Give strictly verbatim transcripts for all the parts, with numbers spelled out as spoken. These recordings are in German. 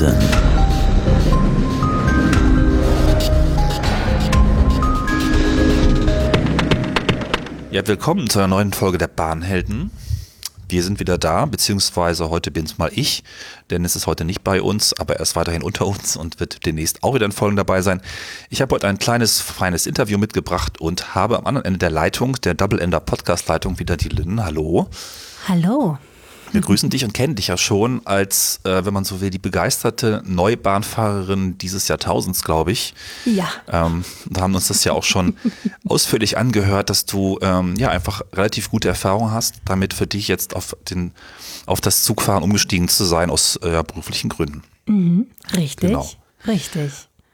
Bahnhelden. Ja, willkommen zu einer neuen Folge der Bahnhelden. Wir sind wieder da, beziehungsweise heute bin es mal ich, denn es ist heute nicht bei uns, aber er ist weiterhin unter uns und wird demnächst auch wieder in Folgen dabei sein. Ich habe heute ein kleines, feines Interview mitgebracht und habe am anderen Ende der Leitung, der Double Ender Podcast Leitung, wieder die Lynn. Hallo. Hallo. Wir grüßen dich und kennen dich ja schon als, äh, wenn man so will, die begeisterte Neubahnfahrerin dieses Jahrtausends, glaube ich. Ja. Ähm, da haben uns das ja auch schon ausführlich angehört, dass du ähm, ja einfach relativ gute Erfahrung hast, damit für dich jetzt auf den auf das Zugfahren umgestiegen zu sein aus äh, beruflichen Gründen. Mhm, richtig, Genau. richtig.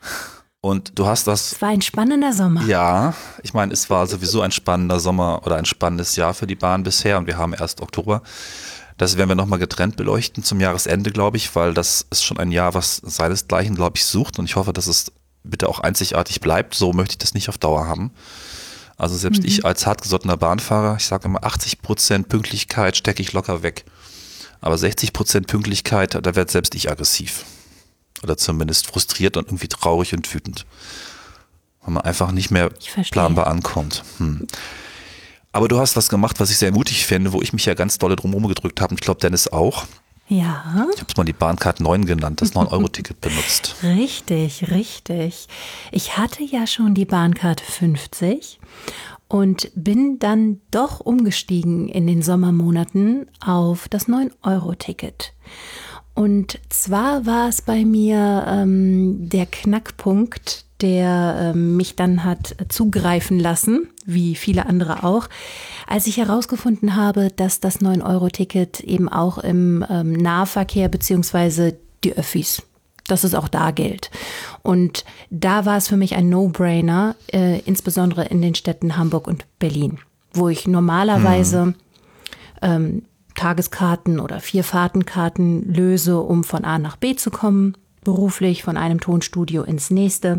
Und du hast das. Es war ein spannender Sommer. Ja, ich meine, es war sowieso ein spannender Sommer oder ein spannendes Jahr für die Bahn bisher und wir haben erst Oktober. Das werden wir nochmal getrennt beleuchten zum Jahresende, glaube ich, weil das ist schon ein Jahr, was seinesgleichen, glaube ich, sucht und ich hoffe, dass es bitte auch einzigartig bleibt. So möchte ich das nicht auf Dauer haben. Also selbst mhm. ich als hartgesottener Bahnfahrer, ich sage immer achtzig Prozent Pünktlichkeit stecke ich locker weg. Aber sechzig Prozent Pünktlichkeit, da wird selbst ich aggressiv. Oder zumindest frustriert und irgendwie traurig und wütend. Weil man einfach nicht mehr planbar ankommt. Hm. Aber du hast was gemacht, was ich sehr mutig finde, wo ich mich ja ganz dolle drum rumgedrückt habe und ich glaube Dennis auch. Ja. Ich habe es mal die Bahncard neun genannt, das neun Euro Ticket benutzt. Richtig, richtig. Ich hatte ja schon die Bahncard fünfzig und bin dann doch umgestiegen in den Sommermonaten auf das neun Euro Ticket. Und zwar war es bei mir ähm, der Knackpunkt, der ähm, mich dann hat zugreifen lassen, wie viele andere auch, als ich herausgefunden habe, dass das neun Euro Ticket eben auch im ähm, Nahverkehr beziehungsweise die Öffis, dass es auch da gilt. Und da war es für mich ein No-Brainer, äh, insbesondere in den Städten Hamburg und Berlin, wo ich normalerweise hm. ähm, Tageskarten oder Vierfahrtenkarten löse, um von A nach B zu kommen, beruflich von einem Tonstudio ins nächste.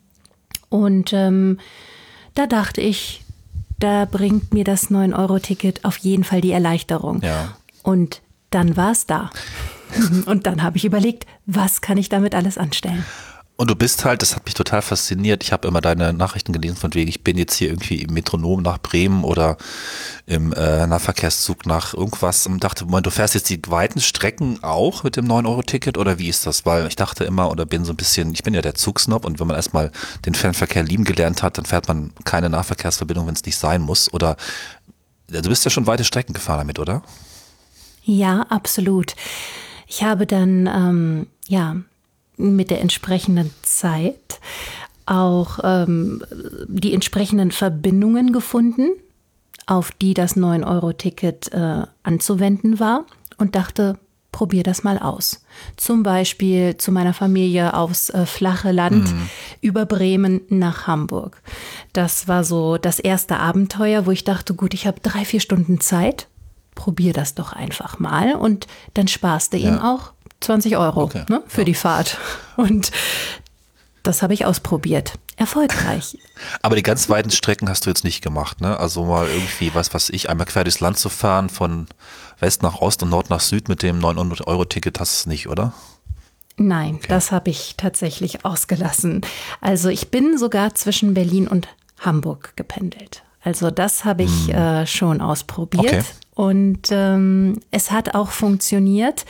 Und ähm, da dachte ich, da bringt mir das neun Euro Ticket auf jeden Fall die Erleichterung. Ja. Und dann war es da. Und dann habe ich überlegt, was kann ich damit alles anstellen? Und du bist halt, das hat mich total fasziniert, ich habe immer deine Nachrichten gelesen von wegen, ich bin jetzt hier irgendwie im Metronom nach Bremen oder im äh, Nahverkehrszug nach irgendwas und dachte, Moment, du fährst jetzt die weiten Strecken auch mit dem neun Euro Ticket oder wie ist das? Weil ich dachte immer oder bin so ein bisschen, ich bin ja der Zugsnob und wenn man erstmal den Fernverkehr lieben gelernt hat, dann fährt man keine Nahverkehrsverbindung, wenn es nicht sein muss oder du bist ja schon weite Strecken gefahren damit, oder? Ja, absolut. Ich habe dann, ähm, ja, mit der entsprechenden Zeit auch ähm, die entsprechenden Verbindungen gefunden, auf die das neun Euro Ticket äh, anzuwenden war und dachte, probier das mal aus. Zum Beispiel zu meiner Familie aufs äh, flache Land mhm. über Bremen nach Hamburg. Das war so das erste Abenteuer, wo ich dachte, gut, ich habe drei, vier Stunden Zeit, probier das doch einfach mal und dann sparst du ja. eben auch zwanzig Euro okay. ne, für ja. die Fahrt. Und das habe ich ausprobiert. Erfolgreich. Aber die ganz weiten Strecken hast du jetzt nicht gemacht, ne? Also mal irgendwie, was weiß ich, einmal quer durchs Land zu fahren, von West nach Ost und Nord nach Süd mit dem neun Euro Ticket hast du es nicht, oder? Nein, okay. das habe ich tatsächlich ausgelassen. Also ich bin sogar zwischen Berlin und Hamburg gependelt. Also das habe ich hm. äh, schon ausprobiert. Okay. Und ähm, es hat auch funktioniert.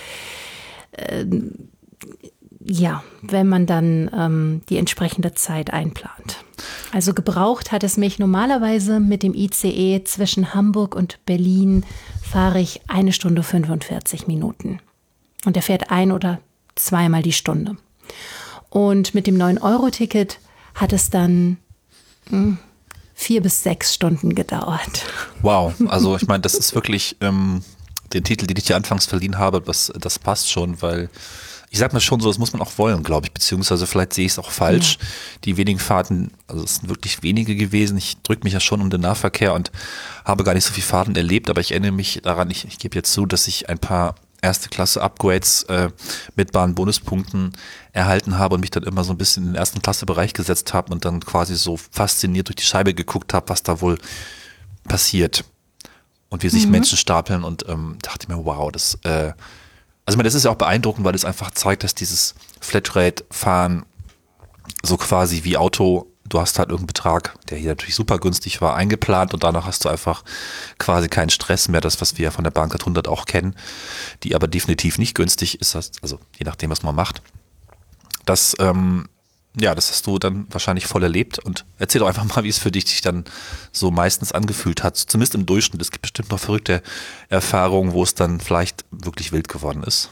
Ja, wenn man dann ähm, die entsprechende Zeit einplant. Also gebraucht hat es mich normalerweise mit dem I C E zwischen Hamburg und Berlin fahre ich eine Stunde fünfundvierzig Minuten. Und der fährt ein- oder zweimal die Stunde. Und mit dem neun Euro Ticket hat es dann mh, vier bis sechs Stunden gedauert. Wow, also ich meine, das ist wirklich... Ähm den Titel, den ich dir anfangs verliehen habe, das, das passt schon, weil ich sag mal schon so, das muss man auch wollen, glaube ich, beziehungsweise vielleicht sehe ich es auch falsch. Ja. Die wenigen Fahrten, also es sind wirklich wenige gewesen, ich drücke mich ja schon um den Nahverkehr und habe gar nicht so viele Fahrten erlebt, aber ich erinnere mich daran, ich, ich gebe jetzt zu, dass ich ein paar erste Klasse Upgrades äh, mit Bahn-Bonuspunkten erhalten habe und mich dann immer so ein bisschen in den ersten Klasse-Bereich gesetzt habe und dann quasi so fasziniert durch die Scheibe geguckt habe, was da wohl passiert. Und wie sich mhm. Menschen stapeln und ähm, dachte mir, wow, das, äh, Also ich meine, das ist ja auch beeindruckend, weil es einfach zeigt, dass dieses Flatrate-Fahren so quasi wie Auto, du hast halt irgendeinen Betrag, der hier natürlich super günstig war, eingeplant und danach hast du einfach quasi keinen Stress mehr, das, was wir von der Bahncard hundert auch kennen, die aber definitiv nicht günstig ist, also je nachdem, was man macht. Das, ähm, ja, das hast du dann wahrscheinlich voll erlebt und erzähl doch einfach mal, wie es für dich sich dann so meistens angefühlt hat, zumindest im Durchschnitt. Es gibt bestimmt noch verrückte Erfahrungen, wo es dann vielleicht wirklich wild geworden ist.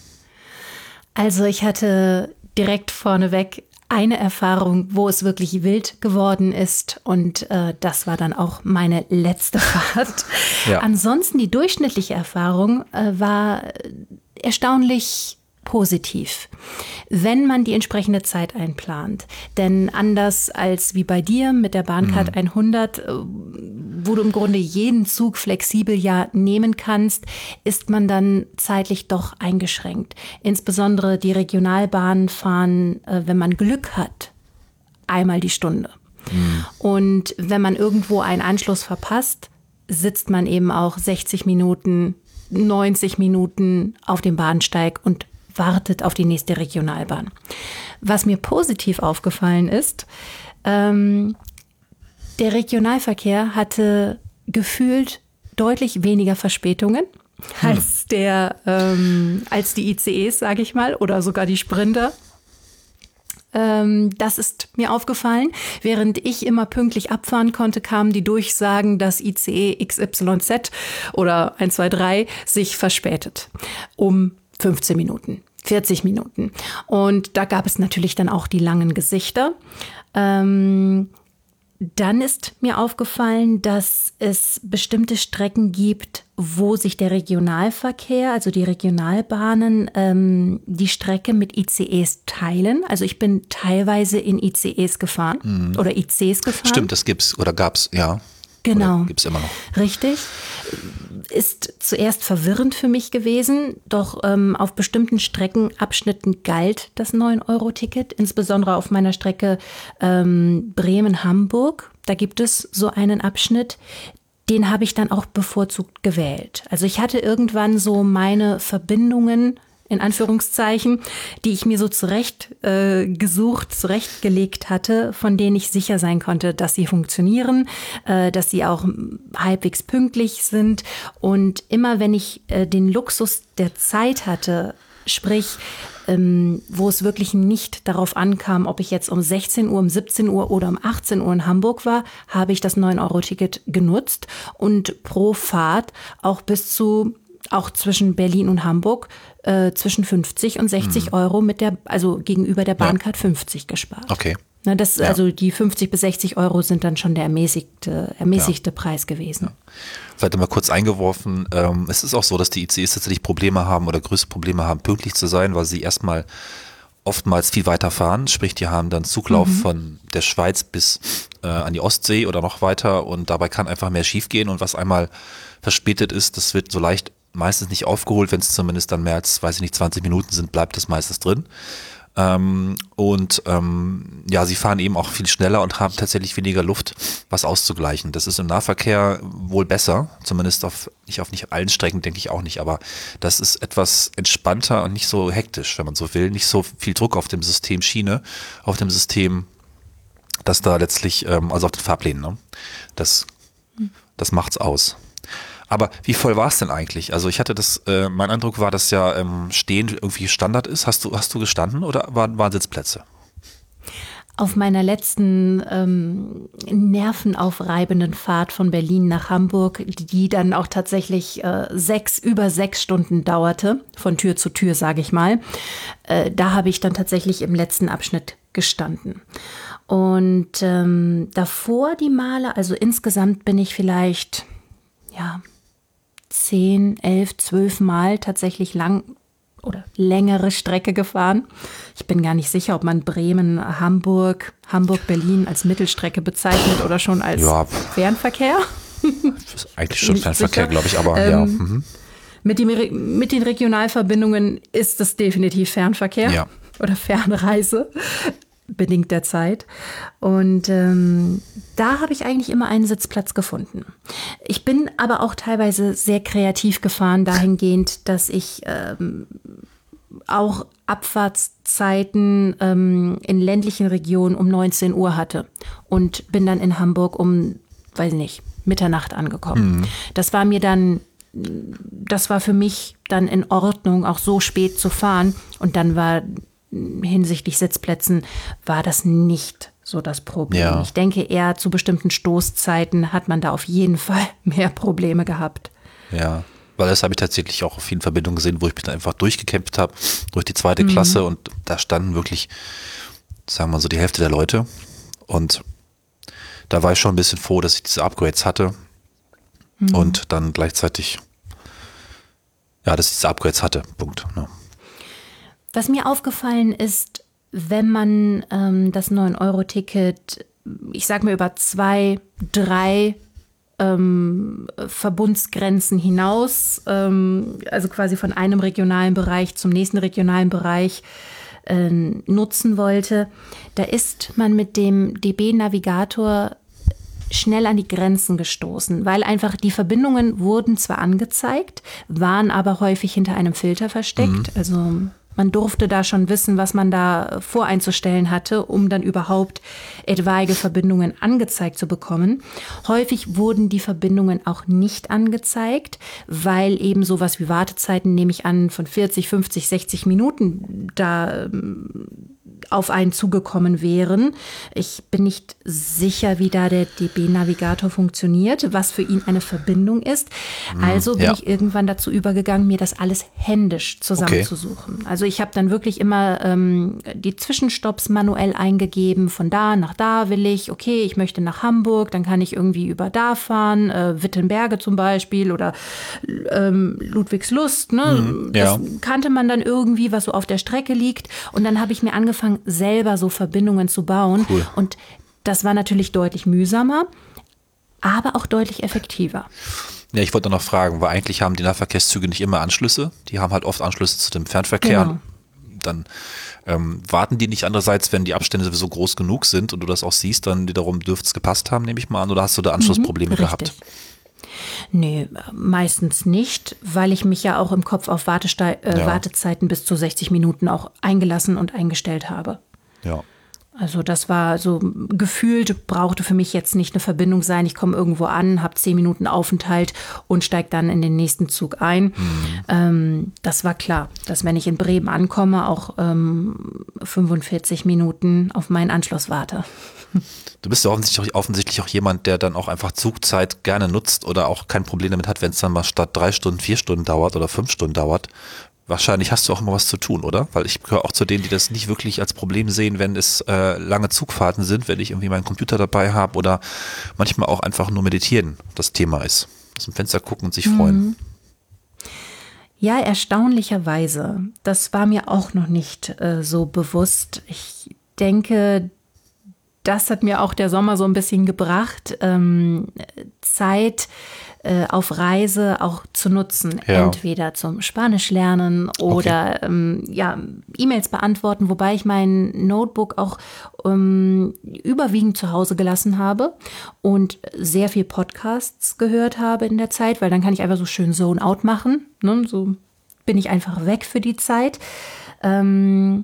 Also ich hatte direkt vorneweg eine Erfahrung, wo es wirklich wild geworden ist und äh, das war dann auch meine letzte Fahrt. Ja. Ansonsten die durchschnittliche Erfahrung äh, war erstaunlich positiv, wenn man die entsprechende Zeit einplant. Denn anders als wie bei dir mit der Bahncard mhm. hundert, wo du im Grunde jeden Zug flexibel ja nehmen kannst, ist man dann zeitlich doch eingeschränkt. Insbesondere die Regionalbahnen fahren, wenn man Glück hat, einmal die Stunde. Mhm. Und wenn man irgendwo einen Anschluss verpasst, sitzt man eben auch sechzig Minuten, neunzig Minuten auf dem Bahnsteig und wartet auf die nächste Regionalbahn. Was mir positiv aufgefallen ist, ähm, der Regionalverkehr hatte gefühlt deutlich weniger Verspätungen hm. als der ähm, als die I C Es, sage ich mal, oder sogar die Sprinter. Ähm, das ist mir aufgefallen. Während ich immer pünktlich abfahren konnte, kamen die Durchsagen, dass I C E X Y Z oder eins zwei drei sich verspätet um fünfzehn Minuten, vierzig Minuten. Und da gab es natürlich dann auch die langen Gesichter. Ähm, dann ist mir aufgefallen, dass es bestimmte Strecken gibt, wo sich der Regionalverkehr, also die Regionalbahnen, ähm, die Strecke mit I C Es teilen. Also ich bin teilweise in I C Es gefahren mhm. oder I Cs gefahren. Stimmt, das gibt's oder gab's, ja. Genau. Gibt es immer noch. Richtig. Ist zuerst verwirrend für mich gewesen, doch ähm, auf bestimmten Streckenabschnitten galt das neun Euro Ticket, insbesondere auf meiner Strecke ähm, Bremen-Hamburg. Da gibt es so einen Abschnitt, den habe ich dann auch bevorzugt gewählt. Also ich hatte irgendwann so meine Verbindungen, in Anführungszeichen, die ich mir so zurecht äh, gesucht, zurechtgelegt hatte, von denen ich sicher sein konnte, dass sie funktionieren, äh, dass sie auch halbwegs pünktlich sind. Und immer wenn ich äh, den Luxus der Zeit hatte, sprich, ähm, wo es wirklich nicht darauf ankam, ob ich jetzt um sechzehn Uhr, um siebzehn Uhr oder um achtzehn Uhr in Hamburg war, habe ich das neun Euro Ticket genutzt und pro Fahrt auch bis zu auch zwischen Berlin und Hamburg äh, zwischen fünfzig und sechzig mhm. Euro mit der, also gegenüber der Bahncard ja. fünfzig gespart. Okay. Na, das, ja. Also die fünfzig bis sechzig Euro sind dann schon der ermäßigte, ermäßigte ja. Preis gewesen. Ja. Vielleicht mal kurz eingeworfen, ähm, es ist auch so, dass die I C Es tatsächlich Probleme haben oder größte Probleme haben, pünktlich zu sein, weil sie erstmal oftmals viel weiter fahren, sprich die haben dann Zuglauf mhm. von der Schweiz bis äh, an die Ostsee oder noch weiter und dabei kann einfach mehr schiefgehen und was einmal verspätet ist, das wird so leicht meistens nicht aufgeholt, wenn es zumindest dann mehr als, weiß ich nicht, zwanzig Minuten sind, bleibt das meistens drin. Ähm, und ähm, ja, sie fahren eben auch viel schneller und haben tatsächlich weniger Luft, was auszugleichen. Das ist im Nahverkehr wohl besser, zumindest auf nicht auf nicht allen Strecken, denke ich auch nicht, aber das ist etwas entspannter und nicht so hektisch, wenn man so will, nicht so viel Druck auf dem System Schiene, auf dem System, das da letztlich, ähm, also auf den Fahrplänen, ne? Das, das macht's aus. Aber wie voll war es denn eigentlich? Also ich hatte das, äh, mein Eindruck war, dass ja ähm, Stehen irgendwie Standard ist. Hast du, hast du gestanden oder waren, waren Sitzplätze? Auf meiner letzten ähm, nervenaufreibenden Fahrt von Berlin nach Hamburg, die dann auch tatsächlich äh, sechs, über sechs Stunden dauerte, von Tür zu Tür, sage ich mal, äh, da habe ich dann tatsächlich im letzten Abschnitt gestanden. Und ähm, davor die Male, also insgesamt bin ich vielleicht, ja, zehn, elf, zwölf Mal tatsächlich lang oder längere Strecke gefahren. Ich bin gar nicht sicher, ob man Bremen, Hamburg, Hamburg-Berlin als Mittelstrecke bezeichnet oder schon als ja. Fernverkehr. Das ist eigentlich schon Fernverkehr, glaube ich, aber ähm, ja. Mhm. Mit, dem, mit den Regionalverbindungen ist das definitiv Fernverkehr ja. oder Fernreise. bedingt der Zeit. Und ähm, da habe ich eigentlich immer einen Sitzplatz gefunden. Ich bin aber auch teilweise sehr kreativ gefahren, dahingehend, dass ich ähm, auch Abfahrtszeiten ähm, in ländlichen Regionen um neunzehn Uhr hatte und bin dann in Hamburg um, weiß nicht, Mitternacht angekommen. Mhm. Das war mir dann, das war für mich dann in Ordnung, auch so spät zu fahren. Und dann war hinsichtlich Sitzplätzen, war das nicht so das Problem. Ja. Ich denke eher, zu bestimmten Stoßzeiten hat man da auf jeden Fall mehr Probleme gehabt. Ja, weil das habe ich tatsächlich auch auf vielen Verbindungen gesehen, wo ich mich dann einfach durchgekämpft habe, durch die zweite mhm. Klasse, und da standen wirklich, sagen wir mal so, die Hälfte der Leute, und da war ich schon ein bisschen froh, dass ich diese Upgrades hatte mhm. und dann gleichzeitig, ja, dass ich diese Upgrades hatte, Punkt. Ja. Was mir aufgefallen ist, wenn man ähm, das neun Euro Ticket, ich sag mal über zwei, drei ähm, Verbundsgrenzen hinaus, ähm, also quasi von einem regionalen Bereich zum nächsten regionalen Bereich äh, nutzen wollte, da ist man mit dem D B-Navigator schnell an die Grenzen gestoßen, weil einfach die Verbindungen wurden zwar angezeigt, waren aber häufig hinter einem Filter versteckt, mhm. also man durfte da schon wissen, was man da voreinzustellen hatte, um dann überhaupt etwaige Verbindungen angezeigt zu bekommen. Häufig wurden die Verbindungen auch nicht angezeigt, weil eben sowas wie Wartezeiten, nehme ich an, von vierzig, fünfzig, sechzig Minuten da auf einen zugekommen wären. Ich bin nicht sicher, wie da der D B-Navigator funktioniert, was für ihn eine Verbindung ist. Also bin ja. ich irgendwann dazu übergegangen, mir das alles händisch zusammenzusuchen. Okay. Also ich habe dann wirklich immer ähm, die Zwischenstopps manuell eingegeben. Von da nach da will ich, okay, ich möchte nach Hamburg, dann kann ich irgendwie über da fahren, äh, Wittenberge zum Beispiel oder ähm, Ludwigslust. Ne? Mhm, ja. Das kannte man dann irgendwie, was so auf der Strecke liegt. Und dann habe ich mir angefangen, selber so Verbindungen zu bauen. Cool. Und das war natürlich deutlich mühsamer, aber auch deutlich effektiver. Ja, ich wollte noch fragen, weil eigentlich haben die Nahverkehrszüge nicht immer Anschlüsse. Die haben halt oft Anschlüsse zu dem Fernverkehr. Genau. Dann ähm, warten die nicht andererseits, wenn die Abstände sowieso groß genug sind und du das auch siehst, dann wiederum dürfte es gepasst haben, nehme ich mal an, oder hast du da Anschlussprobleme mhm, gehabt? Nee, meistens nicht, weil ich mich ja auch im Kopf auf Warteste- äh, ja. Wartezeiten bis zu sechzig Minuten auch eingelassen und eingestellt habe. Ja. Also das war so gefühlt, brauchte für mich jetzt nicht eine Verbindung sein. Ich komme irgendwo an, habe zehn Minuten Aufenthalt und steige dann in den nächsten Zug ein. Mhm. Ähm, das war klar, dass wenn ich in Bremen ankomme, auch ähm, fünfundvierzig Minuten auf meinen Anschluss warte. Du bist ja offensichtlich, offensichtlich auch jemand, der dann auch einfach Zugzeit gerne nutzt oder auch kein Problem damit hat, wenn es dann mal statt drei Stunden, vier Stunden dauert oder fünf Stunden dauert. Wahrscheinlich hast du auch immer was zu tun, oder? Weil ich gehöre auch zu denen, die das nicht wirklich als Problem sehen, wenn es äh, lange Zugfahrten sind, wenn ich irgendwie meinen Computer dabei habe oder manchmal auch einfach nur meditieren das Thema ist. Aus dem Fenster gucken und sich mhm. freuen. Ja, erstaunlicherweise. Das war mir auch noch nicht äh, so bewusst. Ich denke, das hat mir auch der Sommer so ein bisschen gebracht, ähm, Zeit äh, auf Reise auch zu nutzen. Ja. Entweder zum Spanisch lernen oder okay. ähm, ja, E-Mails beantworten, wobei ich mein Notebook auch ähm, überwiegend zu Hause gelassen habe und sehr viel Podcasts gehört habe in der Zeit, weil dann kann ich einfach so schön Zone Out machen. Ne? So bin ich einfach weg für die Zeit. Ähm,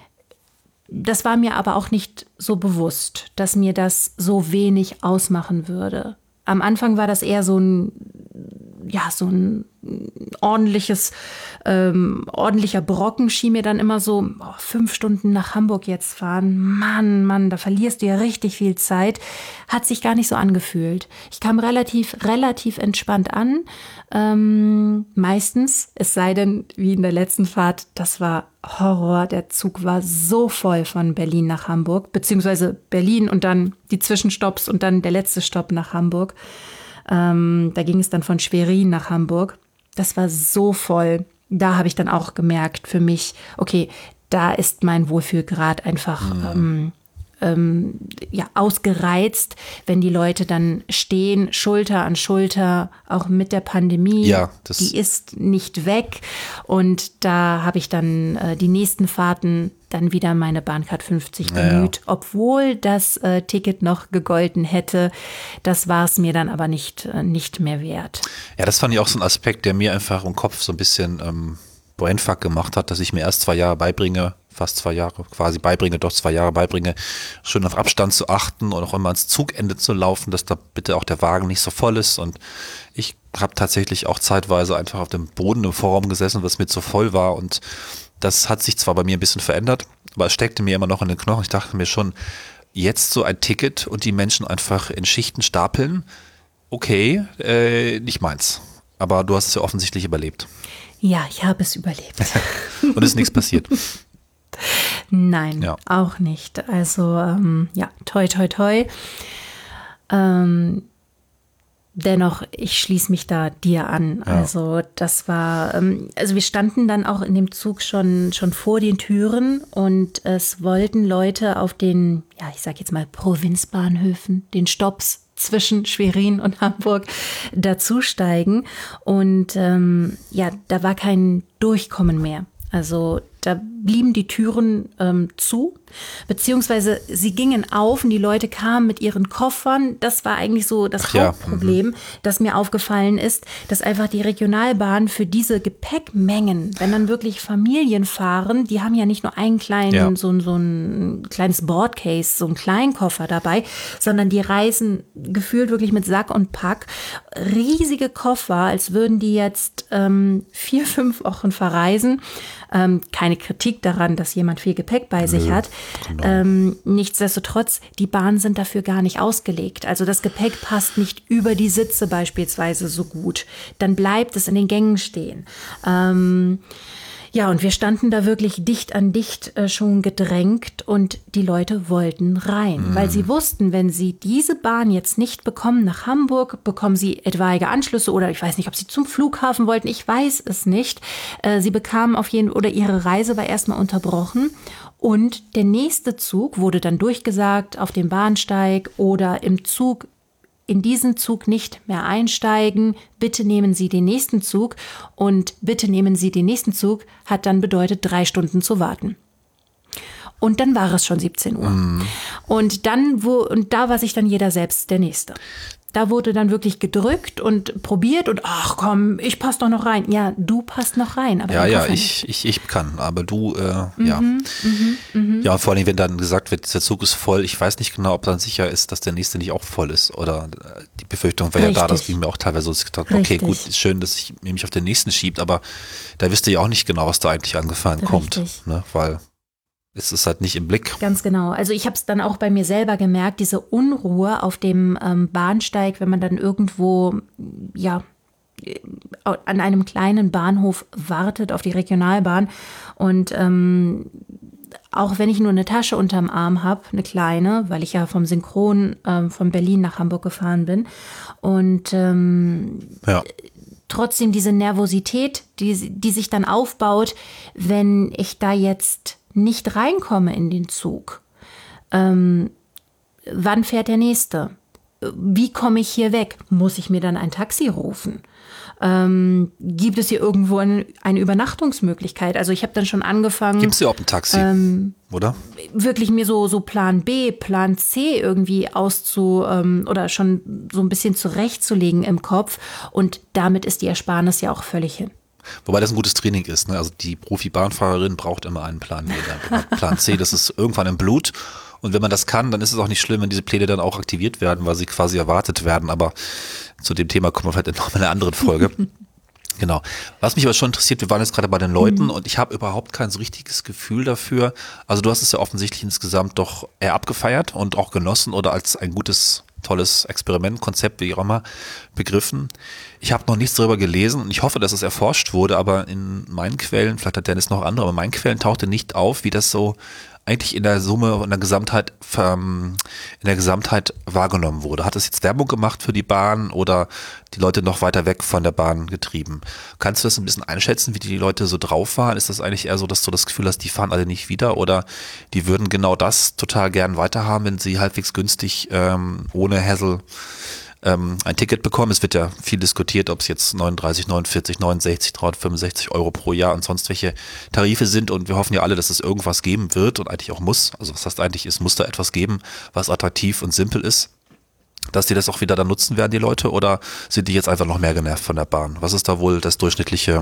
Das war mir aber auch nicht so bewusst, dass mir das so wenig ausmachen würde. Am Anfang war das eher so ein, ja, so ein ordentliches, ähm, ordentlicher Brocken, schien mir dann immer so, oh, fünf Stunden nach Hamburg jetzt fahren. Mann, Mann, da verlierst du ja richtig viel Zeit. Hat sich gar nicht so angefühlt. Ich kam relativ, relativ entspannt an. Ähm, meistens, es sei denn, wie in der letzten Fahrt, das war Horror. Der Zug war so voll von Berlin nach Hamburg, beziehungsweise Berlin und dann die Zwischenstopps und dann der letzte Stopp nach Hamburg. Ähm, da ging es dann von Schwerin nach Hamburg. Das war so voll. Da habe ich dann auch gemerkt für mich, okay, da ist mein Wohlfühlgrad einfach mhm. ähm, ähm, ja, ausgereizt, wenn die Leute dann stehen, Schulter an Schulter, auch mit der Pandemie. Ja, das die ist nicht weg. Und da habe ich dann äh, die nächsten Fahrten dann wieder meine Bahncard fünfzig bemüht, ja, ja. obwohl das äh, Ticket noch gegolten hätte. Das war es mir dann aber nicht, äh, nicht mehr wert. Ja, das fand ich auch so ein Aspekt, der mir einfach im Kopf so ein bisschen ähm, Brainfuck gemacht hat, dass ich mir erst zwei Jahre beibringe, fast zwei Jahre quasi beibringe, doch zwei Jahre beibringe, schön auf Abstand zu achten und auch immer ans Zugende zu laufen, dass da bitte auch der Wagen nicht so voll ist. Und ich habe tatsächlich auch zeitweise einfach auf dem Boden im Vorraum gesessen, was mir zu voll war. Und das hat sich zwar bei mir ein bisschen verändert, aber es steckte mir immer noch in den Knochen. Ich dachte mir schon, jetzt so ein Ticket und die Menschen einfach in Schichten stapeln, okay, äh, nicht meins. Aber du hast es ja offensichtlich überlebt. Ja, ich habe es überlebt. Und ist nichts passiert? Nein, ja. auch nicht. Also ähm, ja, toi, toi, toi. Ähm, dennoch, ich schließe mich da dir an. Ja. Also das war, ähm, also wir standen dann auch in dem Zug schon, schon vor den Türen und es wollten Leute auf den, ja, ich sag jetzt mal Provinzbahnhöfen, den Stopps zwischen Schwerin und Hamburg dazusteigen. Und ähm, ja, da war kein Durchkommen mehr. Also da blieben die Türen ähm, zu, beziehungsweise sie gingen auf und die Leute kamen mit ihren Koffern. Das war eigentlich so das Ach ja. Hauptproblem, mhm. das mir aufgefallen ist, dass einfach die Regionalbahn für diese Gepäckmengen, wenn dann wirklich Familien fahren, die haben ja nicht nur einen kleinen, ja. so, so ein kleines Boardcase, so einen Kleinkoffer dabei, sondern die reisen gefühlt wirklich mit Sack und Pack. Riesige Koffer, als würden die jetzt ähm, vier, fünf Wochen verreisen. Ähm, keine Kritik daran, dass jemand viel Gepäck bei sich Nö, hat. Genau. Ähm, nichtsdestotrotz, die Bahnen sind dafür gar nicht ausgelegt. Also das Gepäck passt nicht über die Sitze beispielsweise so gut. Dann bleibt es in den Gängen stehen. Ähm, ja, und wir standen da wirklich dicht an dicht äh, schon gedrängt und die Leute wollten rein, mhm. weil sie wussten, wenn sie diese Bahn jetzt nicht bekommen nach Hamburg, bekommen sie etwaige Anschlüsse oder ich weiß nicht, ob sie zum Flughafen wollten, ich weiß es nicht. Äh, sie bekamen auf jeden oder ihre Reise war erstmal unterbrochen und der nächste Zug wurde dann durchgesagt auf dem Bahnsteig oder im Zug. In diesen Zug nicht mehr einsteigen, bitte nehmen Sie den nächsten Zug und bitte nehmen Sie den nächsten Zug, hat dann bedeutet, drei Stunden zu warten. Und dann war es schon siebzehn Uhr. Mm. Und dann, wo, und da war sich dann jeder selbst der Nächste. Da wurde dann wirklich gedrückt und probiert und ach komm, ich passe doch noch rein. Ja, du passt noch rein. Aber ja, ja, ich, ich, ich kann, aber du, äh, mhm, ja. Mhm, mhm. Ja, und vor allem, wenn dann gesagt wird, der Zug ist voll, ich weiß nicht genau, ob dann sicher ist, dass der nächste nicht auch voll ist. Oder die Befürchtung wäre ja da, dass wir mir auch teilweise so gedacht, okay, Richtig. gut, ist schön, dass ich mich auf den nächsten schiebt, aber da wisst ihr ja auch nicht genau, was da eigentlich angefallen Richtig. kommt. Ne? Weil es ist halt nicht im Blick. Ganz genau. Also ich habe es dann auch bei mir selber gemerkt, diese Unruhe auf dem ähm, Bahnsteig, wenn man dann irgendwo, ja, an einem kleinen Bahnhof wartet auf die Regionalbahn und ähm, auch wenn ich nur eine Tasche unterm Arm habe, eine kleine, weil ich ja vom Synchron ähm, von Berlin nach Hamburg gefahren bin und ähm, ja. trotzdem diese Nervosität, die, die sich dann aufbaut, wenn ich da jetzt nicht reinkomme in den Zug. Ähm, wann fährt der nächste? Wie komme ich hier weg? Muss ich mir dann ein Taxi rufen? Ähm, gibt es hier irgendwo eine, eine Übernachtungsmöglichkeit? Also ich habe dann schon angefangen. Gibt es hier auch ein Taxi, ähm, oder? Wirklich mir so, so Plan B, Plan C irgendwie auszu ähm, oder schon so ein bisschen zurechtzulegen im Kopf. Und damit ist die Ersparnis ja auch völlig hin. Wobei das ein gutes Training ist. Ne? Also die Profi-Bahnfahrerin braucht immer einen Plan B. Plan C, das ist irgendwann im Blut. Und wenn man das kann, dann ist es auch nicht schlimm, wenn diese Pläne dann auch aktiviert werden, weil sie quasi erwartet werden. Aber zu dem Thema kommen wir vielleicht noch mal in einer anderen Folge. Genau. Was mich aber schon interessiert, wir waren jetzt gerade bei den Leuten mhm. und ich habe überhaupt kein so richtiges Gefühl dafür. Also du hast es ja offensichtlich insgesamt doch eher abgefeiert und auch genossen oder als ein gutes, tolles Experiment, Konzept, wie auch immer, begriffen. Ich habe noch nichts darüber gelesen und ich hoffe, dass es erforscht wurde, aber in meinen Quellen, vielleicht hat Dennis noch andere, aber in meinen Quellen tauchte nicht auf, wie das so eigentlich in der Summe, in der Gesamtheit, ähm, in der Gesamtheit wahrgenommen wurde. Hat es jetzt Werbung gemacht für die Bahn oder die Leute noch weiter weg von der Bahn getrieben? Kannst du das ein bisschen einschätzen, wie die Leute so drauf waren? Ist das eigentlich eher so, dass du das Gefühl hast, die fahren alle nicht wieder oder die würden genau das total gern weiterhaben, wenn sie halbwegs günstig ähm, ohne Hassel ähm, ein Ticket bekommen? Es wird ja viel diskutiert, ob es jetzt neununddreißig, neunundvierzig, neunundsechzig, dreihundertfünfundsechzig Euro pro Jahr und sonst welche Tarife sind und wir hoffen ja alle, dass es irgendwas geben wird und eigentlich auch muss. Also was heißt eigentlich, es muss da etwas geben, was attraktiv und simpel ist, dass die das auch wieder dann nutzen werden, die Leute, oder sind die jetzt einfach noch mehr genervt von der Bahn? Was ist da wohl das durchschnittliche,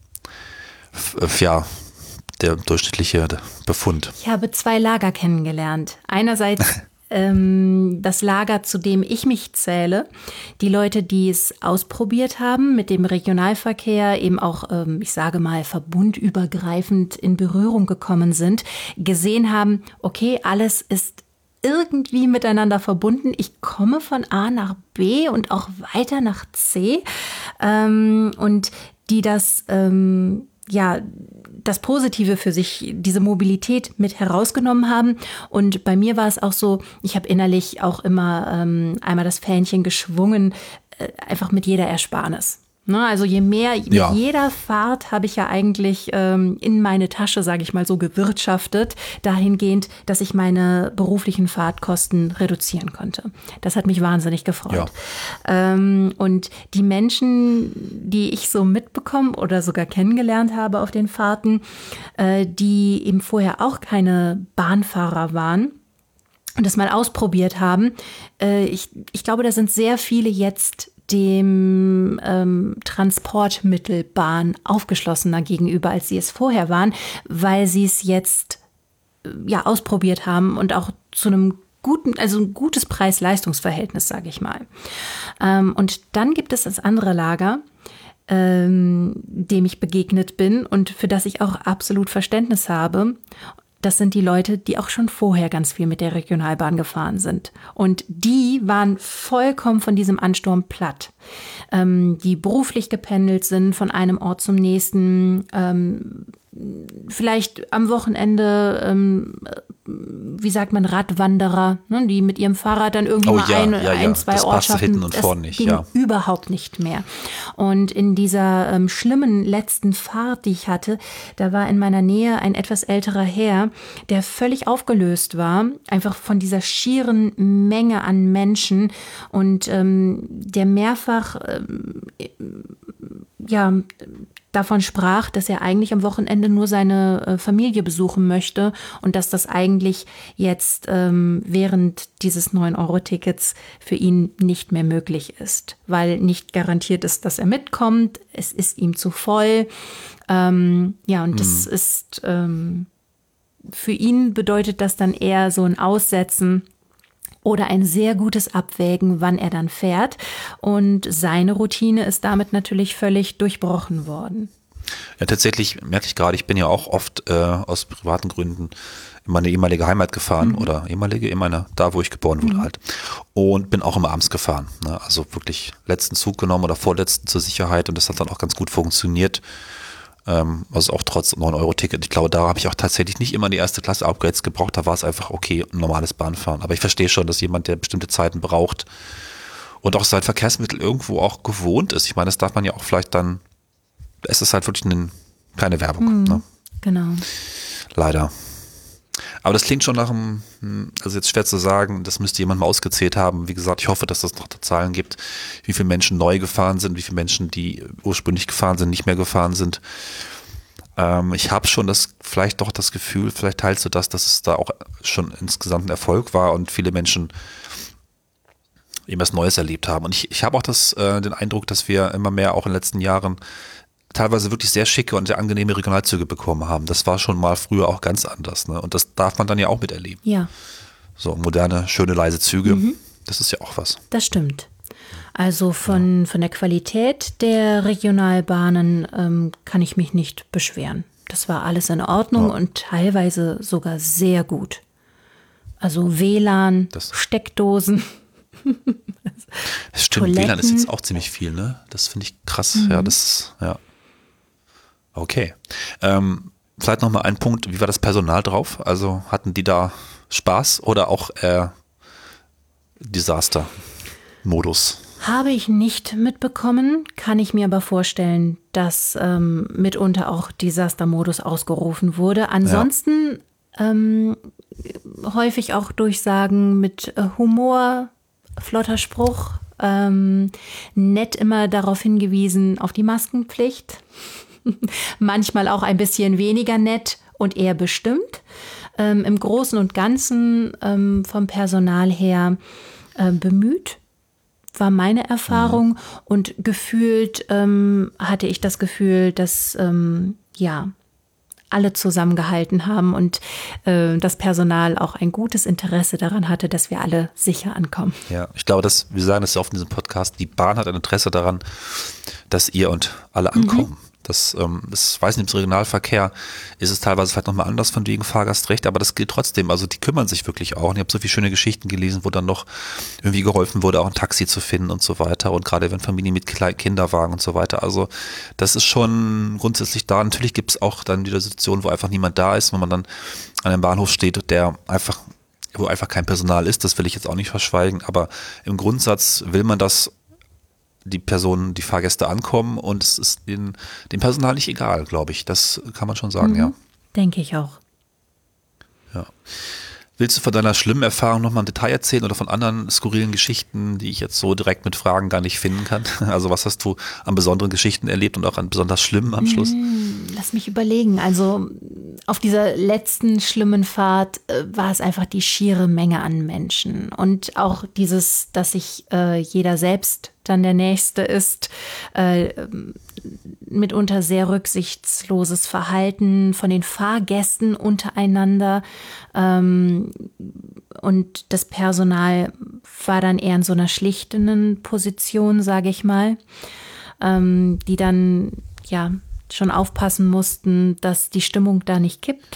ja, der durchschnittliche Befund? Ich habe zwei Lager kennengelernt. Einerseits ähm, das Lager, zu dem ich mich zähle. Die Leute, die es ausprobiert haben, mit dem Regionalverkehr eben auch, ähm, ich sage mal, verbundübergreifend in Berührung gekommen sind, gesehen haben, okay, alles ist irgendwie miteinander verbunden. Ich komme von A nach B und auch weiter nach C. Ähm, und die das, ähm, ja, das Positive für sich, diese Mobilität mit herausgenommen haben. Und bei mir war es auch so, ich habe innerlich auch immer ähm, einmal das Fähnchen geschwungen, äh, einfach mit jeder Ersparnis. Ne, also je mehr, mit Ja. jeder Fahrt habe ich ja eigentlich ähm, in meine Tasche, sage ich mal so, gewirtschaftet, dahingehend, dass ich meine beruflichen Fahrtkosten reduzieren konnte. Das hat mich wahnsinnig gefreut. Ja. Ähm, und die Menschen, die ich so mitbekommen oder sogar kennengelernt habe auf den Fahrten, äh, die eben vorher auch keine Bahnfahrer waren, und das mal ausprobiert haben. Äh, ich, ich glaube, da sind sehr viele jetzt dem ähm, Transportmittel Bahn aufgeschlossener gegenüber, als sie es vorher waren, weil sie es jetzt äh, ja ausprobiert haben und auch zu einem guten, also ein gutes Preis-Leistungs-Verhältnis, sage ich mal. Ähm, und dann gibt es das andere Lager, ähm, dem ich begegnet bin und für das ich auch absolut Verständnis habe. Das sind die Leute, die auch schon vorher ganz viel mit der Regionalbahn gefahren sind. Und die waren vollkommen von diesem Ansturm platt. Ähm, die beruflich gependelt sind von einem Ort zum nächsten, ähm, vielleicht am Wochenende, ähm, wie sagt man, Radwanderer, ne, die mit ihrem Fahrrad dann irgendwie Oh mal ja, ein, ja, ja. ein, zwei Das passte Ortschaften, hinten und das vorne nicht, ging ja. überhaupt nicht mehr. Und in dieser ähm, schlimmen letzten Fahrt, die ich hatte, da war in meiner Nähe ein etwas älterer Herr, der völlig aufgelöst war, einfach von dieser schieren Menge an Menschen und ähm, der mehrfach ähm, ja davon sprach, dass er eigentlich am Wochenende nur seine äh, Familie besuchen möchte und dass das eigentlich jetzt ähm, während dieses neun Euro Tickets für ihn nicht mehr möglich ist, weil nicht garantiert ist, dass er mitkommt. Es ist ihm zu voll. Ähm, ja, und mhm. das ist ähm, für ihn bedeutet das dann eher so ein Aussetzen oder ein sehr gutes Abwägen, wann er dann fährt. Und seine Routine ist damit natürlich völlig durchbrochen worden. Ja, tatsächlich merke ich gerade, ich bin ja auch oft äh, aus privaten Gründen in meine ehemalige Heimat gefahren mhm. oder ehemalige, in meiner, da wo ich geboren wurde mhm. halt. Und bin auch immer abends gefahren. Ne? Also wirklich letzten Zug genommen oder vorletzten zur Sicherheit und das hat dann auch ganz gut funktioniert. Ähm, also auch trotz neun Euro Ticket. Ich glaube, da habe ich auch tatsächlich nicht immer die erste Klasse Upgrades gebraucht. Da war es einfach okay, ein normales Bahnfahren. Aber ich verstehe schon, dass jemand, der bestimmte Zeiten braucht und auch sein Verkehrsmittel irgendwo auch gewohnt ist. Ich meine, das darf man ja auch vielleicht dann, es ist halt wirklich eine kleine Werbung. Mhm, ne? Genau. Leider. Aber das klingt schon nach einem, also jetzt schwer zu sagen, das müsste jemand mal ausgezählt haben. Wie gesagt, ich hoffe, dass es noch Zahlen gibt, wie viele Menschen neu gefahren sind, wie viele Menschen, die ursprünglich gefahren sind, nicht mehr gefahren sind. Ähm, ich habe schon das, vielleicht doch das Gefühl, vielleicht teilst du das, dass es da auch schon insgesamt ein Erfolg war und viele Menschen eben was Neues erlebt haben. Und ich, ich habe auch das, äh, den Eindruck, dass wir immer mehr auch in den letzten Jahren teilweise wirklich sehr schicke und sehr angenehme Regionalzüge bekommen haben. Das war schon mal früher auch ganz anders. Ne? Und das darf man dann ja auch miterleben. Ja. So moderne, schöne, leise Züge. Mhm. Das ist ja auch was. Das stimmt. Also von, ja. von der Qualität der Regionalbahnen ähm, kann ich mich nicht beschweren. Das war alles in Ordnung ja. und teilweise sogar sehr gut. Also W L A N, das Steckdosen. Das stimmt, Toiletten. W L A N ist jetzt auch ziemlich viel, ne? Das finde ich krass. Mhm. Ja, das ist, ja. Okay. Ähm, Vielleicht nochmal ein Punkt, wie war das Personal drauf? Also hatten die da Spaß oder auch äh, Desaster-Modus? Habe ich nicht mitbekommen, kann ich mir aber vorstellen, dass ähm, mitunter auch Desaster-Modus ausgerufen wurde. Ansonsten ja. ähm, häufig auch Durchsagen mit äh, Humor, flotter Spruch, ähm, nett immer darauf hingewiesen, auf die Maskenpflicht. Manchmal auch ein bisschen weniger nett und eher bestimmt. Ähm, im Großen und Ganzen ähm, vom Personal her äh, bemüht, war meine Erfahrung. Mhm. Und gefühlt ähm, hatte ich das Gefühl, dass ähm, ja alle zusammengehalten haben und äh, das Personal auch ein gutes Interesse daran hatte, dass wir alle sicher ankommen. Ja, ich glaube, dass wir sagen das ja oft in diesem Podcast, die Bahn hat ein Interesse daran, dass ihr und alle ankommen. Mhm. Das, ähm, das weiß nicht, im Regionalverkehr ist es teilweise vielleicht nochmal anders von wegen Fahrgastrecht, aber das gilt trotzdem. Also die kümmern sich wirklich auch. Und ich habe so viele schöne Geschichten gelesen, wo dann noch irgendwie geholfen wurde, auch ein Taxi zu finden und so weiter. Und gerade wenn Familien mit Kinderwagen und so weiter. Also das ist schon grundsätzlich da. Natürlich gibt es auch dann wieder Situationen, wo einfach niemand da ist, wenn man dann an einem Bahnhof steht, der einfach, wo einfach kein Personal ist. Das will ich jetzt auch nicht verschweigen. Aber im Grundsatz will man das, die Personen, die Fahrgäste ankommen und es ist den, dem Personal nicht egal, glaube ich. Das kann man schon sagen, mhm, ja. Denke ich auch. Ja. Willst du von deiner schlimmen Erfahrung nochmal ein Detail erzählen oder von anderen skurrilen Geschichten, die ich jetzt so direkt mit Fragen gar nicht finden kann? Also was hast du an besonderen Geschichten erlebt und auch an besonders schlimmen am Schluss? Lass mich überlegen. Also auf dieser letzten schlimmen Fahrt äh, war es einfach die schiere Menge an Menschen und auch dieses, dass sich äh, jeder selbst dann der Nächste ist, äh, mitunter sehr rücksichtsloses Verhalten von den Fahrgästen untereinander, ähm, und das Personal war dann eher in so einer schlichtenden Position, sage ich mal, ähm, die dann ja schon aufpassen mussten, dass die Stimmung da nicht kippt.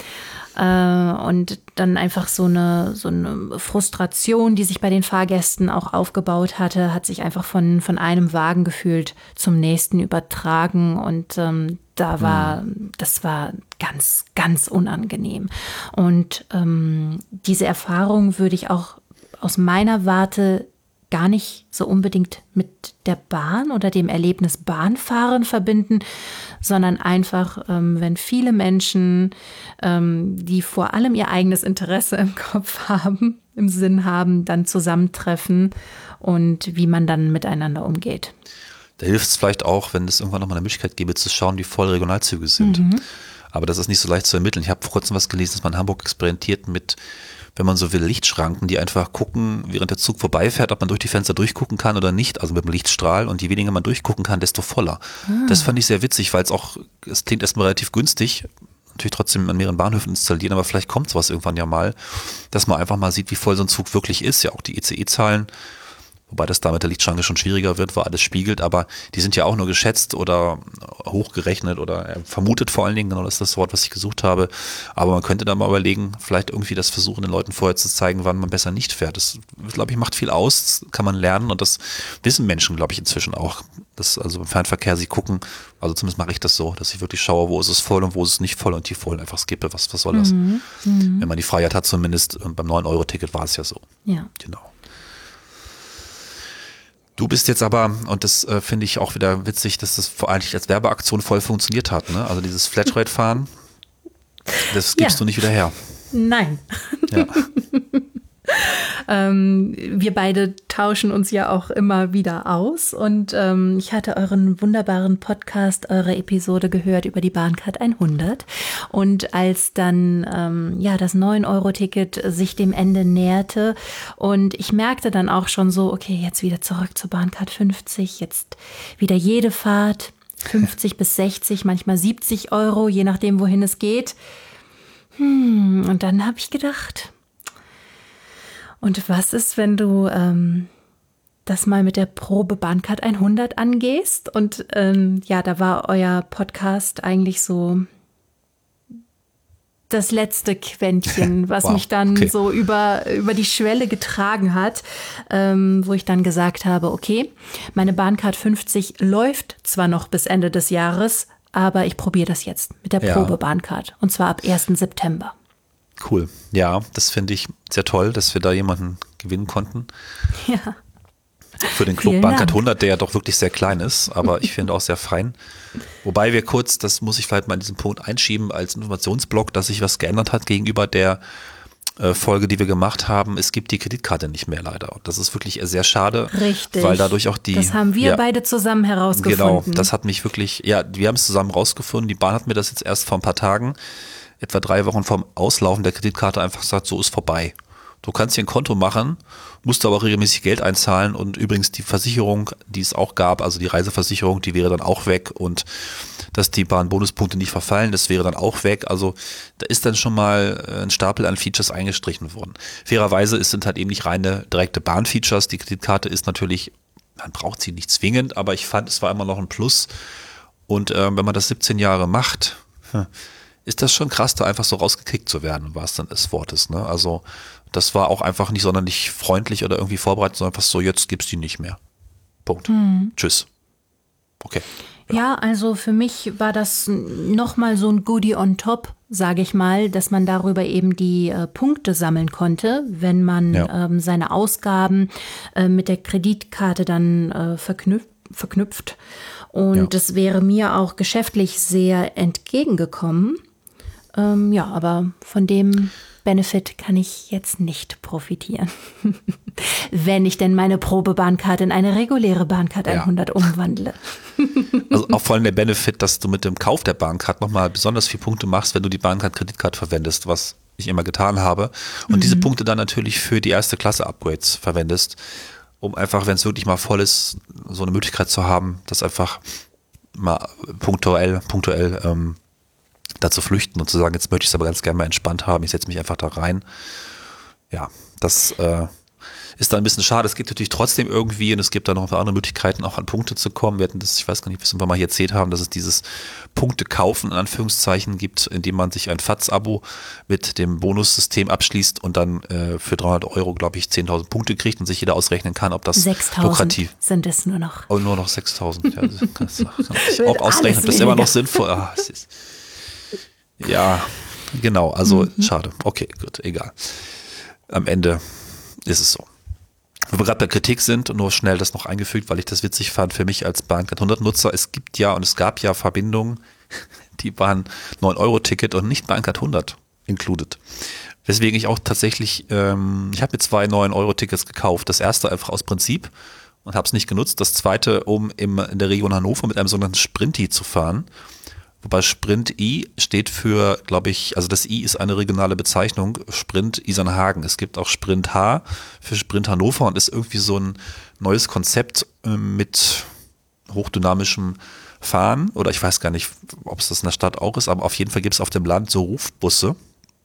Und dann einfach so eine, so eine Frustration, die sich bei den Fahrgästen auch aufgebaut hatte, hat sich einfach von, von einem Wagen gefühlt zum nächsten übertragen. Und ähm, da war, mhm. das war ganz, ganz unangenehm. Und ähm, diese Erfahrung würde ich auch aus meiner Warte gar nicht so unbedingt mit der Bahn oder dem Erlebnis Bahnfahren verbinden, sondern einfach, ähm, wenn viele Menschen, ähm, die vor allem ihr eigenes Interesse im Kopf haben, im Sinn haben, dann zusammentreffen und wie man dann miteinander umgeht. Da hilft es vielleicht auch, wenn es irgendwann nochmal eine Möglichkeit gäbe, zu schauen, wie voll Regionalzüge sind. Mhm. Aber das ist nicht so leicht zu ermitteln. Ich habe vor kurzem was gelesen, dass man in Hamburg experimentiert mit, wenn man so will, Lichtschranken, die einfach gucken, während der Zug vorbeifährt, ob man durch die Fenster durchgucken kann oder nicht, also mit dem Lichtstrahl. Und je weniger man durchgucken kann, desto voller. Ah. Das fand ich sehr witzig, weil es auch, es klingt erstmal relativ günstig, natürlich trotzdem an mehreren Bahnhöfen installieren, aber vielleicht kommt sowas irgendwann ja mal, dass man einfach mal sieht, wie voll so ein Zug wirklich ist. Ja, auch die I C E-Zahlen, wobei das da mit der Lichtschranke schon schwieriger wird, wo alles spiegelt, aber die sind ja auch nur geschätzt oder hochgerechnet oder vermutet vor allen Dingen, genau das ist das Wort, was ich gesucht habe. Aber man könnte da mal überlegen, vielleicht irgendwie das versuchen, den Leuten vorher zu zeigen, wann man besser nicht fährt. Das, glaube ich, macht viel aus, das kann man lernen und das wissen Menschen, glaube ich, inzwischen auch. Dass also beim Fernverkehr sie gucken, also zumindest mache ich das so, dass ich wirklich schaue, wo ist es voll und wo ist es nicht voll und die vollen einfach skippe. Was, was soll das? Mhm. Mhm. Wenn man die Freiheit hat, zumindest beim neun Euro Ticket war es ja so. Ja. Genau. Du bist jetzt aber, und das äh, finde ich auch wieder witzig, dass das vor allem als Werbeaktion voll funktioniert hat, ne? Also dieses Flatrate-Fahren, das gibst ja. du nicht wieder her. Nein. Ja. ähm, wir beide tauschen uns ja auch immer wieder aus und ähm, ich hatte euren wunderbaren Podcast, eure Episode gehört über die Bahncard hundert und als dann ähm, ja das neun Euro Ticket sich dem Ende näherte und ich merkte dann auch schon so, okay, jetzt wieder zurück zur Bahncard fünfzig, jetzt wieder jede Fahrt, fünfzig bis sechzig, manchmal siebzig Euro, je nachdem, wohin es geht. Hm, und dann habe ich gedacht, und was ist, wenn du ähm, das mal mit der Probe Bahncard hundert angehst? Und ähm, ja, da war euer Podcast eigentlich so das letzte Quäntchen, was wow, mich dann okay. so über, über die Schwelle getragen hat, ähm, wo ich dann gesagt habe, okay, meine Bahncard fünfzig läuft zwar noch bis Ende des Jahres, aber ich probiere das jetzt mit der Ja. Probebahncard. Und zwar ab ersten September. Cool. Ja, das finde ich sehr toll, dass wir da jemanden gewinnen konnten. Ja. Für den Club Vielen Bahncard Dank. hundert, der ja doch wirklich sehr klein ist, aber ich finde auch sehr fein. Wobei wir kurz, das muss ich vielleicht mal in diesen Punkt einschieben, als Informationsblock, dass sich was geändert hat gegenüber der äh, Folge, die wir gemacht haben. Es gibt die Kreditkarte nicht mehr leider. Und das ist wirklich sehr schade. Richtig. Weil dadurch auch die. Das haben wir ja, beide zusammen herausgefunden. Genau, das hat mich wirklich, ja, wir haben es zusammen rausgefunden. Die Bahn hat mir das jetzt erst vor ein paar Tagen, etwa drei Wochen vorm Auslaufen der Kreditkarte einfach gesagt, so ist vorbei. Du kannst hier ein Konto machen, musst aber auch regelmäßig Geld einzahlen und übrigens die Versicherung, die es auch gab, also die Reiseversicherung, die wäre dann auch weg und dass die Bahnbonuspunkte nicht verfallen, das wäre dann auch weg. Also da ist dann schon mal ein Stapel an Features eingestrichen worden. Fairerweise es sind halt eben nicht reine direkte Bahnfeatures. Die Kreditkarte ist natürlich, man braucht sie nicht zwingend, aber ich fand, es war immer noch ein Plus. Und äh, wenn man das siebzehn Jahre macht, ist das schon krass, da einfach so rausgekickt zu werden, war es dann des Wortes. Ne? Also das war auch einfach nicht sonderlich freundlich oder irgendwie vorbereitet, sondern einfach so, jetzt gibt's die nicht mehr. Punkt. Mhm. Tschüss. Okay. Ja, also für mich war das nochmal so ein Goodie on top, sage ich mal, dass man darüber eben die äh, Punkte sammeln konnte, wenn man Ja. ähm, seine Ausgaben äh, mit der Kreditkarte dann äh, verknüpft. verknüpft. Und Ja. das wäre mir auch geschäftlich sehr entgegengekommen. Ähm, ja, aber von dem Benefit kann ich jetzt nicht profitieren. Wenn ich denn meine Probebahncard in eine reguläre Bahncard Ja. hundert umwandle. Also auch vor allem der Benefit, dass du mit dem Kauf der Bahncard nochmal besonders viele Punkte machst, wenn du die Bahncard-Kreditkarte verwendest, was ich immer getan habe. Und Mhm. diese Punkte dann natürlich für die erste Klasse Upgrades verwendest, um einfach, wenn es wirklich mal voll ist, so eine Möglichkeit zu haben, das einfach mal punktuell, punktuell ähm, da zu flüchten und zu sagen, jetzt möchte ich es aber ganz gerne mal entspannt haben, ich setze mich einfach da rein. Ja, das äh, ist dann ein bisschen schade. Es gibt natürlich trotzdem irgendwie, und es gibt da noch ein paar andere Möglichkeiten, auch an Punkte zu kommen. Wir hatten das, ich weiß gar nicht, bis wir mal hier erzählt haben, dass es dieses Punkte kaufen, in Anführungszeichen, gibt, indem man sich ein F A Z-Abo mit dem Bonussystem abschließt und dann äh, für dreihundert Euro, glaube ich, zehntausend Punkte kriegt und sich jeder ausrechnen kann, ob das sechstausend lukrativ sind es nur noch. Oh, nur noch sechstausend. Ja, das kannst du kannst du Wird auch ausrechnen, ob das alles immer noch weniger. sinnvoll ah, es ist. Ja, genau. Also Mhm. schade. Okay, gut, egal. Am Ende ist es so. Wo wir gerade bei Kritik sind und nur schnell das noch eingefügt, weil ich das witzig fand für mich als Bahncard hundert Nutzer. Es gibt ja und es gab ja Verbindungen, die waren neun Euro Ticket und nicht Bahncard hundert included. Weswegen ich auch tatsächlich, ähm, ich habe mir zwei neun Euro Tickets gekauft. Das erste einfach aus Prinzip und habe es nicht genutzt. Das zweite, um im, in der Region Hannover mit einem sogenannten Sprinti zu fahren. Wobei Sprint I steht für, glaube ich, also das I ist eine regionale Bezeichnung, Sprint Isernhagen. Es gibt auch Sprint H für Sprint Hannover und ist irgendwie so ein neues Konzept äh, mit hochdynamischem Fahren. Oder ich weiß gar nicht, ob es das in der Stadt auch ist, aber auf jeden Fall gibt es auf dem Land so Rufbusse.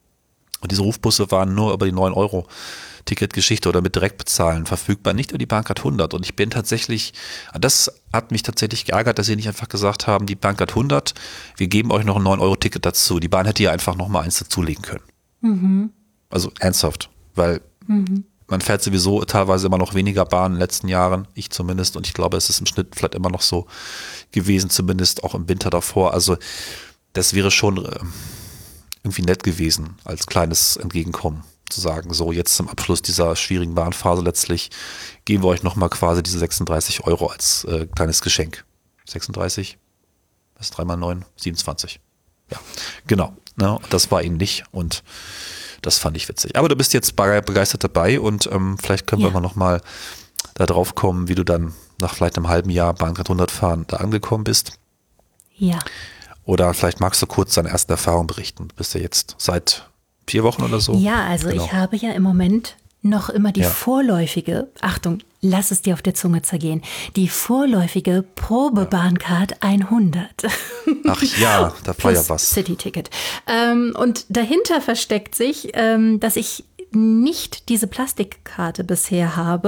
Und diese Rufbusse waren nur über die neun Euro Ticketgeschichte oder mit Direktbezahlen verfügbar, nicht über die Bahncard hundert. Und ich bin tatsächlich, das hat mich tatsächlich geärgert, dass sie nicht einfach gesagt haben, die Bahncard hundert, wir geben euch noch ein neun Euro Ticket dazu. Die Bahn hätte ja einfach noch mal eins dazulegen können. Mhm. Also ernsthaft, weil Mhm. man fährt sowieso teilweise immer noch weniger Bahn in den letzten Jahren, ich zumindest, und ich glaube, es ist im Schnitt vielleicht immer noch so gewesen, zumindest auch im Winter davor. Also das wäre schon äh, irgendwie nett gewesen, als kleines Entgegenkommen zu sagen, so jetzt zum Abschluss dieser schwierigen Bahnphase letztlich geben wir euch nochmal quasi diese sechsunddreißig Euro als äh, kleines Geschenk. sechsunddreißig, das ist drei mal neun, siebenundzwanzig. Ja, genau. Ne, das war ihnen nicht und das fand ich witzig. Aber du bist jetzt begeistert dabei und ähm, vielleicht können Ja. wir mal nochmal da drauf kommen, wie du dann nach vielleicht einem halben Jahr Bahncard hundert fahren da angekommen bist. Ja. Oder vielleicht magst du kurz deine ersten Erfahrungen berichten. Du bist ja jetzt seit vier Wochen oder so. Ja, also Genau. ich habe ja im Moment noch immer die Ja. vorläufige, Achtung, lass es dir auf der Zunge zergehen, die vorläufige Probebahncard hundert. Ach ja, da war ja Plus was. City-Ticket. Ähm, und dahinter versteckt sich, ähm, dass ich nicht diese Plastikkarte bisher habe,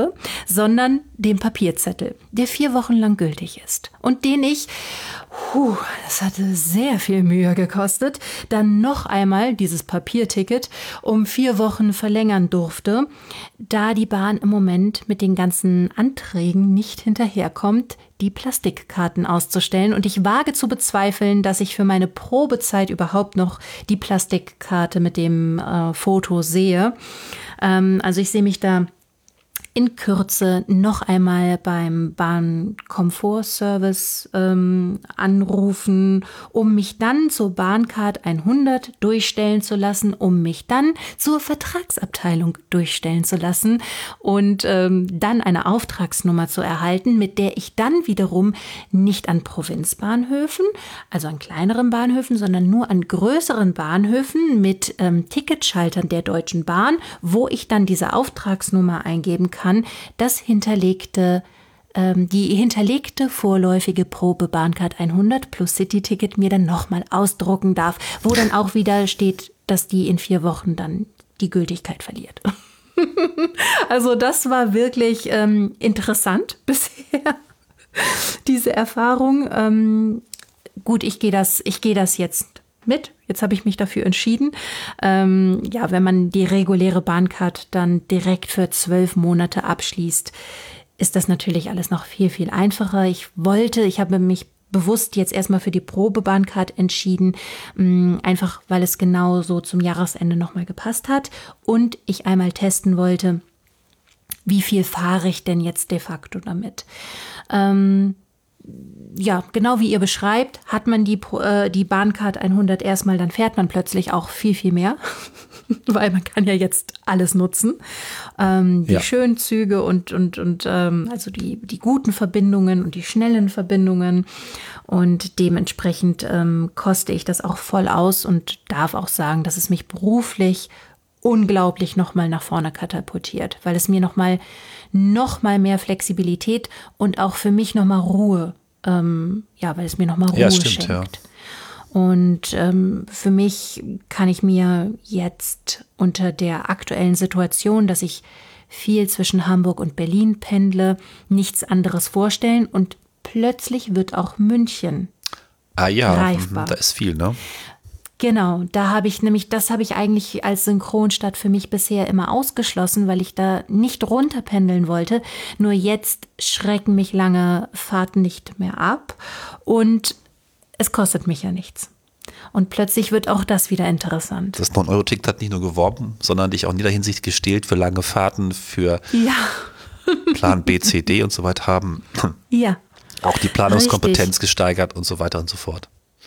sondern dem Papierzettel, der vier Wochen lang gültig ist und den ich, puh, das hatte sehr viel Mühe gekostet, dann noch einmal dieses Papierticket um vier Wochen verlängern durfte, da die Bahn im Moment mit den ganzen Anträgen nicht hinterherkommt, die Plastikkarten auszustellen. Und ich wage zu bezweifeln, dass ich für meine Probezeit überhaupt noch die Plastikkarte mit dem äh, Foto sehe. Ähm, also ich sehe mich da in Kürze noch einmal beim Bahnkomfortservice ähm, anrufen, um mich dann zur Bahncard hundert durchstellen zu lassen, um mich dann zur Vertragsabteilung durchstellen zu lassen und ähm, dann eine Auftragsnummer zu erhalten, mit der ich dann wiederum nicht an Provinzbahnhöfen, also an kleineren Bahnhöfen, sondern nur an größeren Bahnhöfen mit ähm, Ticketschaltern der Deutschen Bahn, wo ich dann diese Auftragsnummer eingeben kann, kann, das hinterlegte, ähm, die hinterlegte vorläufige Probe Bahncard hundert plus City-Ticket mir dann nochmal ausdrucken darf, wo dann auch wieder steht, dass die in vier Wochen dann die Gültigkeit verliert. Also das war wirklich ähm, interessant bisher, diese Erfahrung. Ähm, gut, ich gehe das, ich gehe das jetzt mit. Jetzt habe ich mich dafür entschieden. Ähm, ja, wenn man die reguläre Bahncard dann direkt für zwölf Monate abschließt, ist das natürlich alles noch viel, viel einfacher. Ich wollte, ich habe mich bewusst jetzt erstmal für die Probebahncard entschieden, mh, einfach weil es genau so zum Jahresende nochmal gepasst hat und ich einmal testen wollte, wie viel fahre ich denn jetzt de facto damit. Ähm, Ja, genau wie ihr beschreibt, hat man die, äh, die Bahncard hundert erstmal, dann fährt man plötzlich auch viel, viel mehr, weil man kann ja jetzt alles nutzen. Ähm, die ja. schönen Züge und, und, und ähm, also die, die guten Verbindungen und die schnellen Verbindungen und dementsprechend ähm, koste ich das auch voll aus und darf auch sagen, dass es mich beruflich unglaublich nochmal nach vorne katapultiert, weil es mir nochmal noch mal mehr Flexibilität und auch für mich nochmal Ruhe, ähm, ja, weil es mir nochmal Ruhe ja, stimmt, schenkt. Ja. Und ähm, für mich kann ich mir jetzt unter der aktuellen Situation, dass ich viel zwischen Hamburg und Berlin pendle, nichts anderes vorstellen und plötzlich wird auch München Ah ja, greifbar. Da ist viel, ne? Genau, da habe ich nämlich, das habe ich eigentlich als Synchronstadt für mich bisher immer ausgeschlossen, weil ich da nicht runterpendeln wollte. Nur jetzt schrecken mich lange Fahrten nicht mehr ab und es kostet mich ja nichts. Und plötzlich wird auch das wieder interessant. Das neun Euro Ticket hat nicht nur geworben, sondern dich auch in jeder Hinsicht gestählt für lange Fahrten, für ja. Plan B, C, D und so weiter haben. Ja. Auch die Planungskompetenz Richtig. gesteigert und so weiter und so fort.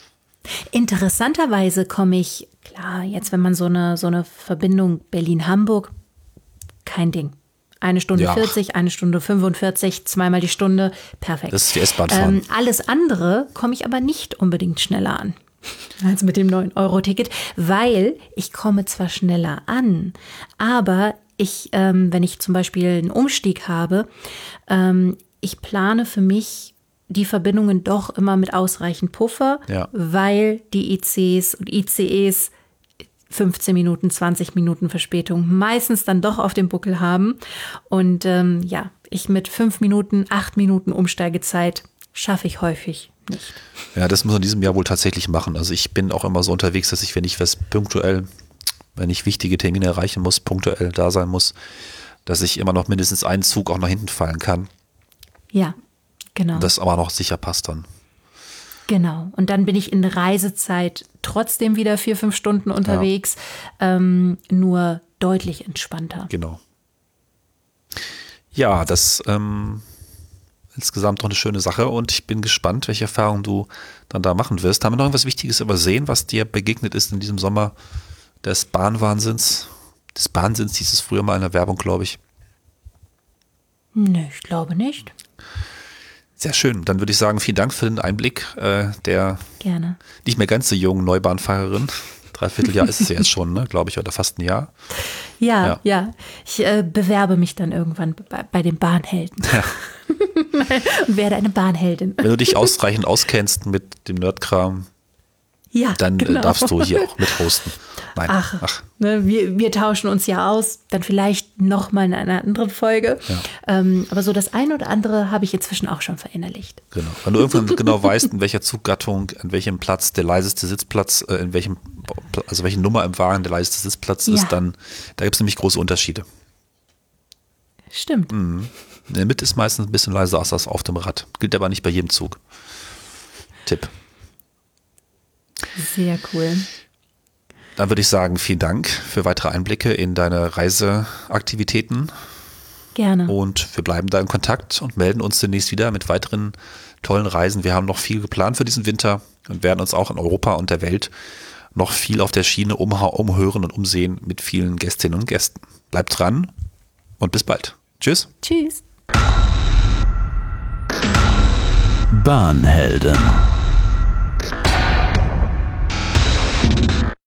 Interessanterweise komme ich, klar, jetzt wenn man so eine, so eine Verbindung Berlin-Hamburg, kein Ding. Eine Stunde ja. vierzig, eine Stunde fünfundvierzig, zweimal die Stunde, perfekt. Das ist wie S-Bahn fahren. Ähm, alles andere komme ich aber nicht unbedingt schneller an als mit dem neun Euro Ticket, weil ich komme zwar schneller an, aber ich, ähm, wenn ich zum Beispiel einen Umstieg habe, ähm, ich plane für mich die Verbindungen doch immer mit ausreichend Puffer, ja. weil die I Cs und I C Es fünfzehn Minuten, zwanzig Minuten Verspätung meistens dann doch auf dem Buckel haben. Und ähm, ja, ich mit fünf Minuten, acht Minuten Umsteigezeit schaffe ich häufig nicht. Ja, das muss man in diesem Jahr wohl tatsächlich machen. Also ich bin auch immer so unterwegs, dass ich, wenn ich was punktuell, wenn ich wichtige Termine erreichen muss, punktuell da sein muss, dass ich immer noch mindestens einen Zug auch nach hinten fallen kann. Ja. Genau. Das aber noch sicher passt dann. Genau. Und dann bin ich in Reisezeit trotzdem wieder vier, fünf Stunden unterwegs, ja. ähm, nur deutlich entspannter. Genau. Ja, das ähm, insgesamt doch eine schöne Sache und ich bin gespannt, welche Erfahrungen du dann da machen wirst. Haben wir noch irgendwas Wichtiges übersehen, was dir begegnet ist in diesem Sommer des Bahnwahnsinns? Des Bahnsinns hieß es früher mal in der Werbung, glaube ich. Nö, ich glaube nicht. Sehr schön. Dann würde ich sagen, vielen Dank für den Einblick äh, der Gerne. nicht mehr ganz so jungen Neubahnfahrerin. Dreiviertel Jahr ist es ja jetzt schon, ne, glaube ich, oder fast ein Jahr. Ja, ja. ja. Ich äh, bewerbe mich dann irgendwann bei, bei den Bahnhelden. Ja. Und werde eine Bahnheldin. Wenn du dich ausreichend auskennst mit dem Nerdkram, ja, dann genau. äh, darfst du hier auch mit hosten. Nein. Ach, Ach. Ne, wir, wir tauschen uns ja aus. Dann vielleicht nochmal in einer anderen Folge. Ja. Ähm, aber so das eine oder andere habe ich inzwischen auch schon verinnerlicht. Genau. Wenn du irgendwann genau weißt, in welcher Zuggattung, an welchem Platz der leiseste Sitzplatz, äh, in welchem, also welche Nummer im Wagen der leiseste Sitzplatz Ja. ist, dann, da gibt es nämlich große Unterschiede. Stimmt. Mhm. In der Mitte ist meistens ein bisschen leiser als das auf dem Rad. Gilt aber nicht bei jedem Zug. Tipp. Sehr cool. Dann würde ich sagen, vielen Dank für weitere Einblicke in deine Reiseaktivitäten. Gerne. Und wir bleiben da in Kontakt und melden uns demnächst wieder mit weiteren tollen Reisen. Wir haben noch viel geplant für diesen Winter und werden uns auch in Europa und der Welt noch viel auf der Schiene umha- umhören und umsehen mit vielen Gästinnen und Gästen. Bleibt dran und bis bald. Tschüss. Tschüss. Bahnhelden.